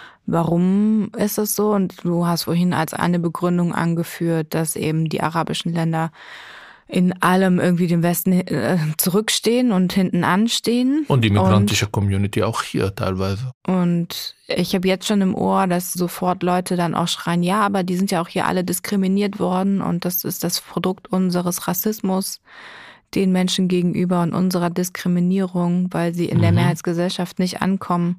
Warum ist es so? Und du hast vorhin als eine Begründung angeführt, dass eben die arabischen Länder in allem irgendwie dem Westen zurückstehen und hinten anstehen. Und die migrantische Community auch hier teilweise. Und ich habe jetzt schon im Ohr, dass sofort Leute dann auch schreien, ja, aber die sind ja auch hier alle diskriminiert worden und das ist das Produkt unseres Rassismus den Menschen gegenüber und unserer Diskriminierung, weil sie in der Mehrheitsgesellschaft nicht ankommen.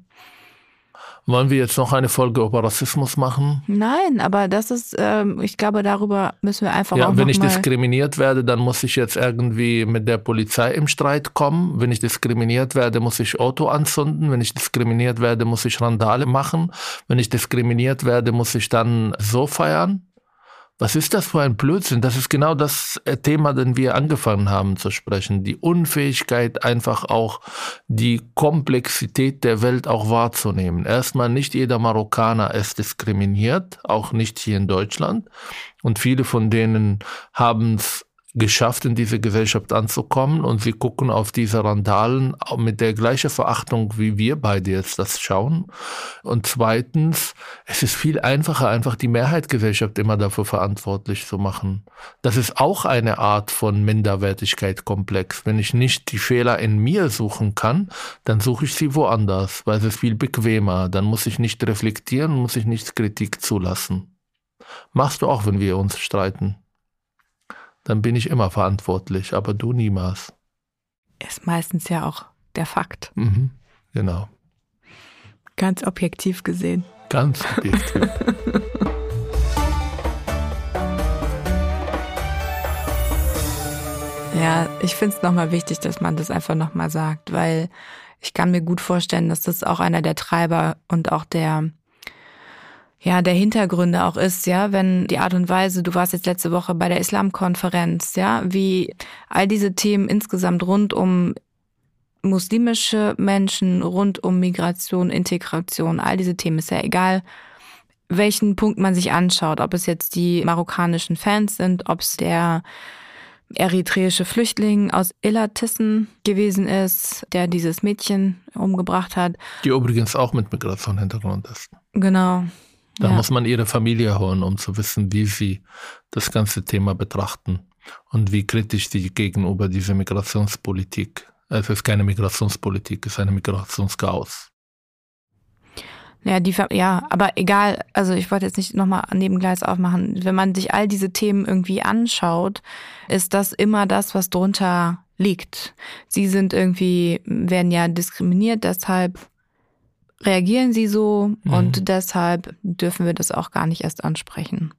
Wollen wir jetzt noch eine Folge über Rassismus machen? Nein, aber das ist, ich glaube, darüber müssen wir einfach auch wenn ich diskriminiert werde, dann muss ich jetzt irgendwie mit der Polizei im Streit kommen. Wenn ich diskriminiert werde, muss ich Auto anzünden. Wenn ich diskriminiert werde, muss ich Randale machen. Wenn ich diskriminiert werde, muss ich dann so feiern. Was ist das für ein Blödsinn? Das ist genau das Thema, das wir angefangen haben zu sprechen. Die Unfähigkeit, einfach auch die Komplexität der Welt auch wahrzunehmen. Erstmal, nicht jeder Marokkaner ist diskriminiert, auch nicht hier in Deutschland. Und viele von denen haben es geschafft, in diese Gesellschaft anzukommen und sie gucken auf diese Randalen mit der gleichen Verachtung, wie wir beide jetzt das schauen. Und zweitens, es ist viel einfacher, einfach die Mehrheitsgesellschaft immer dafür verantwortlich zu machen. Das ist auch eine Art von Minderwertigkeitskomplex. Wenn ich nicht die Fehler in mir suchen kann, dann suche ich sie woanders, weil es ist viel bequemer. Dann muss ich nicht reflektieren, muss ich nicht Kritik zulassen. Machst du auch, wenn wir uns streiten? Dann bin ich immer verantwortlich, aber du niemals. Ist meistens ja auch der Fakt. Genau. Ganz objektiv gesehen. Ganz objektiv. Ja, ich finde es nochmal wichtig, dass man das einfach nochmal sagt, weil ich kann mir gut vorstellen, dass das auch einer der Treiber und auch der Hintergründe auch ist, ja, wenn die Art und Weise, du warst jetzt letzte Woche bei der Islamkonferenz, ja, wie all diese Themen insgesamt rund um muslimische Menschen, rund um Migration, Integration, all diese Themen, ist ja egal, welchen Punkt man sich anschaut, ob es jetzt die marokkanischen Fans sind, ob es der eritreische Flüchtling aus Illertissen gewesen ist, der dieses Mädchen umgebracht hat. Die übrigens auch mit Migrationshintergrund ist. Genau. Da muss man ihre Familie hören, um zu wissen, wie sie das ganze Thema betrachten und wie kritisch sie gegenüber dieser Migrationspolitik. Es ist keine Migrationspolitik, es ist eine Migrationschaos. Ja, aber egal, also ich wollte jetzt nicht nochmal an Nebengleis aufmachen. Wenn man sich all diese Themen irgendwie anschaut, ist das immer das, was drunter liegt. Sie werden ja diskriminiert, deshalb reagieren sie so und deshalb dürfen wir das auch gar nicht erst ansprechen.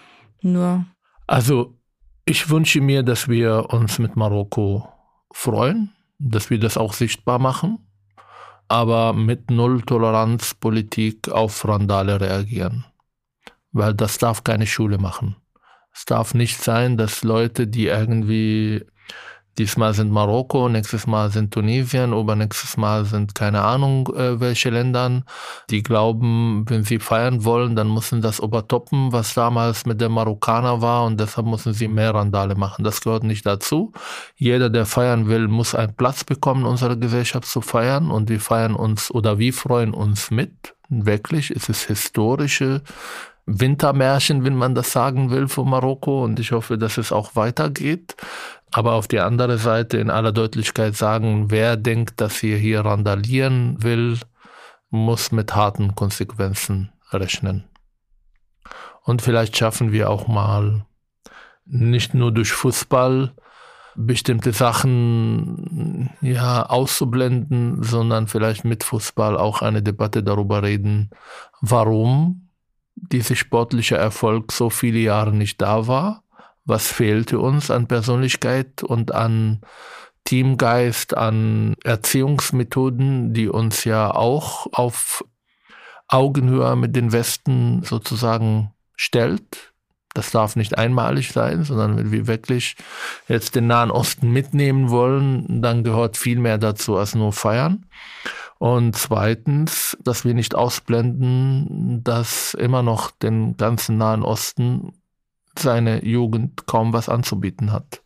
Also ich wünsche mir, dass wir uns mit Marokko freuen, dass wir das auch sichtbar machen, aber mit Null-Toleranz-Politik auf Randale reagieren. Weil das darf keine Schule machen. Es darf nicht sein, dass Leute, die irgendwie diesmal sind Marokko, nächstes Mal sind Tunesien, übernächstes Mal sind keine Ahnung welche Länder, die glauben, wenn sie feiern wollen, dann müssen das übertoppen, was damals mit den Marokkanern war und deshalb müssen sie mehr Randale machen. Das gehört nicht dazu. Jeder, der feiern will, muss einen Platz bekommen, in unserer Gesellschaft zu feiern und wir freuen uns mit. Wirklich, es ist historische Wintermärchen, wenn man das sagen will, für Marokko und ich hoffe, dass es auch weitergeht. Aber auf die andere Seite in aller Deutlichkeit sagen, wer denkt, dass er hier randalieren will, muss mit harten Konsequenzen rechnen. Und vielleicht schaffen wir auch mal nicht nur durch Fußball bestimmte Sachen auszublenden, sondern vielleicht mit Fußball auch eine Debatte darüber reden, warum dieser sportliche Erfolg so viele Jahre nicht da war. Was fehlte uns an Persönlichkeit und an Teamgeist, an Erziehungsmethoden, die uns ja auch auf Augenhöhe mit den Westen sozusagen stellt. Das darf nicht einmalig sein, sondern wenn wir wirklich jetzt den Nahen Osten mitnehmen wollen, dann gehört viel mehr dazu als nur feiern. Und zweitens, dass wir nicht ausblenden, dass immer noch den ganzen Nahen Osten seine Jugend kaum was anzubieten hat.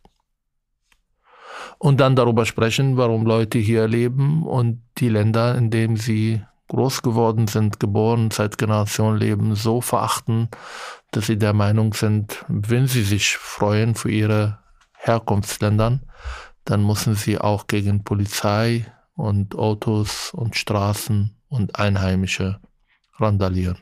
Und dann darüber sprechen, warum Leute hier leben und die Länder, in denen sie groß geworden sind, geboren, seit Generationen leben, so verachten, dass sie der Meinung sind, wenn sie sich freuen für ihre Herkunftsländern, dann müssen sie auch gegen Polizei und Autos und Straßen und Einheimische randalieren.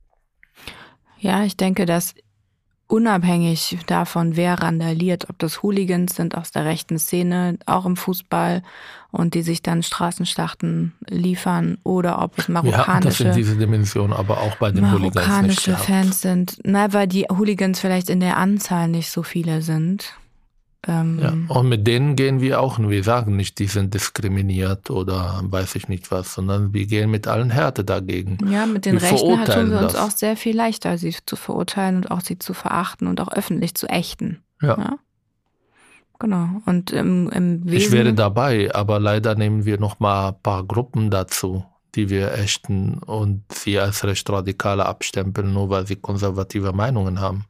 Ja, ich denke, dass unabhängig davon, wer randaliert, ob das Hooligans sind aus der rechten Szene, auch im Fußball, und die sich dann Straßenschlachten liefern, oder ob es das in diese Dimension aber auch bei den Hooligans nicht gehabt. Fans sind. Weil die Hooligans vielleicht in der Anzahl nicht so viele sind. Und mit denen gehen wir auch, wir sagen nicht, die sind diskriminiert oder weiß ich nicht was, sondern wir gehen mit allen Härte dagegen. Ja, mit den Rechten tun wir uns auch sehr viel leichter, sie zu verurteilen und auch sie zu verachten und auch öffentlich zu ächten. Ja. Genau. Und im Wesen, ich wäre dabei, aber leider nehmen wir noch mal ein paar Gruppen dazu, die wir ächten und sie als Rechtsradikale abstempeln, nur weil sie konservative Meinungen haben.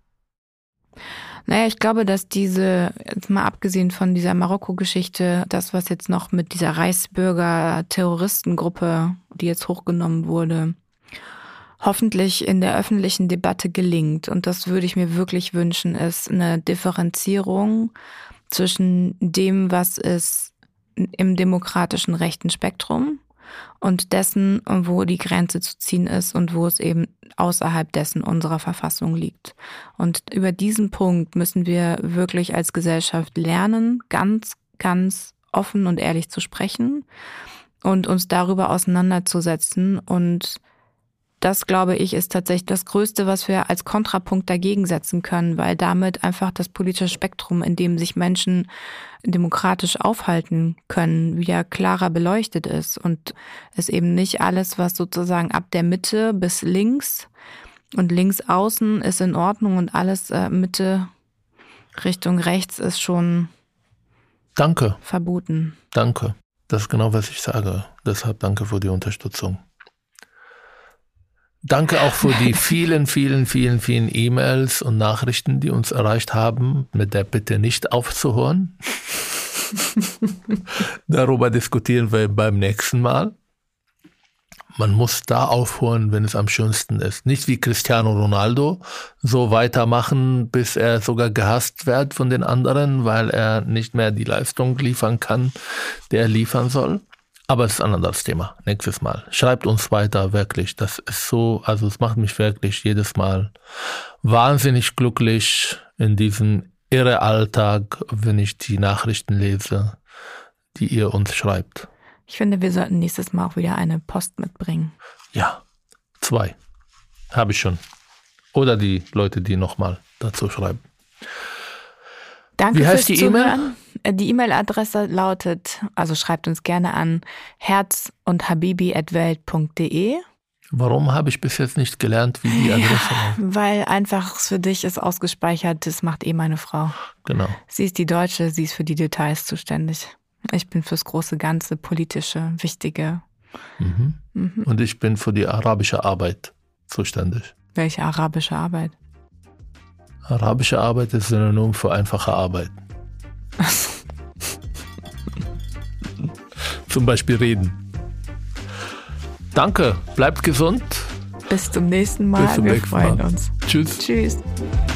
Naja, ich glaube, dass jetzt mal abgesehen von dieser Marokko-Geschichte, das, was jetzt noch mit dieser Reichsbürger-Terroristengruppe, die jetzt hochgenommen wurde, hoffentlich in der öffentlichen Debatte gelingt. Und das würde ich mir wirklich wünschen, ist eine Differenzierung zwischen dem, was ist im demokratischen rechten Spektrum und dessen, wo die Grenze zu ziehen ist und wo es eben außerhalb dessen unserer Verfassung liegt. Und über diesen Punkt müssen wir wirklich als Gesellschaft lernen, ganz, ganz offen und ehrlich zu sprechen und uns darüber auseinanderzusetzen. Und das, glaube ich, ist tatsächlich das Größte, was wir als Kontrapunkt dagegen setzen können, weil damit einfach das politische Spektrum, in dem sich Menschen demokratisch aufhalten können, wieder klarer beleuchtet ist und es eben nicht alles, was sozusagen ab der Mitte bis links und links außen ist in Ordnung und alles Mitte Richtung rechts ist schon verboten. Danke. Das ist genau, was ich sage. Deshalb danke für die Unterstützung. Danke auch für die vielen, vielen, vielen, vielen E-Mails und Nachrichten, die uns erreicht haben, mit der Bitte nicht aufzuhören. Darüber diskutieren wir beim nächsten Mal. Man muss da aufhören, wenn es am schönsten ist. Nicht wie Cristiano Ronaldo, so weitermachen, bis er sogar gehasst wird von den anderen, weil er nicht mehr die Leistung liefern kann, die er liefern soll. Aber es ist ein anderes Thema. Nächstes Mal. Schreibt uns weiter, wirklich. Das ist so, also es macht mich wirklich jedes Mal wahnsinnig glücklich in diesem irre Alltag, wenn ich die Nachrichten lese, die ihr uns schreibt. Ich finde, wir sollten nächstes Mal auch wieder eine Post mitbringen. Ja, 2. Habe ich schon. Oder die Leute, die nochmal dazu schreiben. Danke. Wie heißt die E-Mail? Die E-Mail-Adresse lautet, also schreibt uns gerne an herzundhabibi@welt.de. Warum habe ich bis jetzt nicht gelernt, wie die Adresse lautet? Weil einfach für dich ist ausgespeichert, das macht meine Frau. Genau. Sie ist die Deutsche, sie ist für die Details zuständig. Ich bin fürs große Ganze, politische, wichtige. Mhm. Mhm. Und ich bin für die arabische Arbeit zuständig. Welche arabische Arbeit? Arabische Arbeit ist Synonym für einfache Arbeit. Zum Beispiel reden. Danke, bleibt gesund. Bis zum nächsten Mal. Wir freuen uns. Tschüss. Tschüss.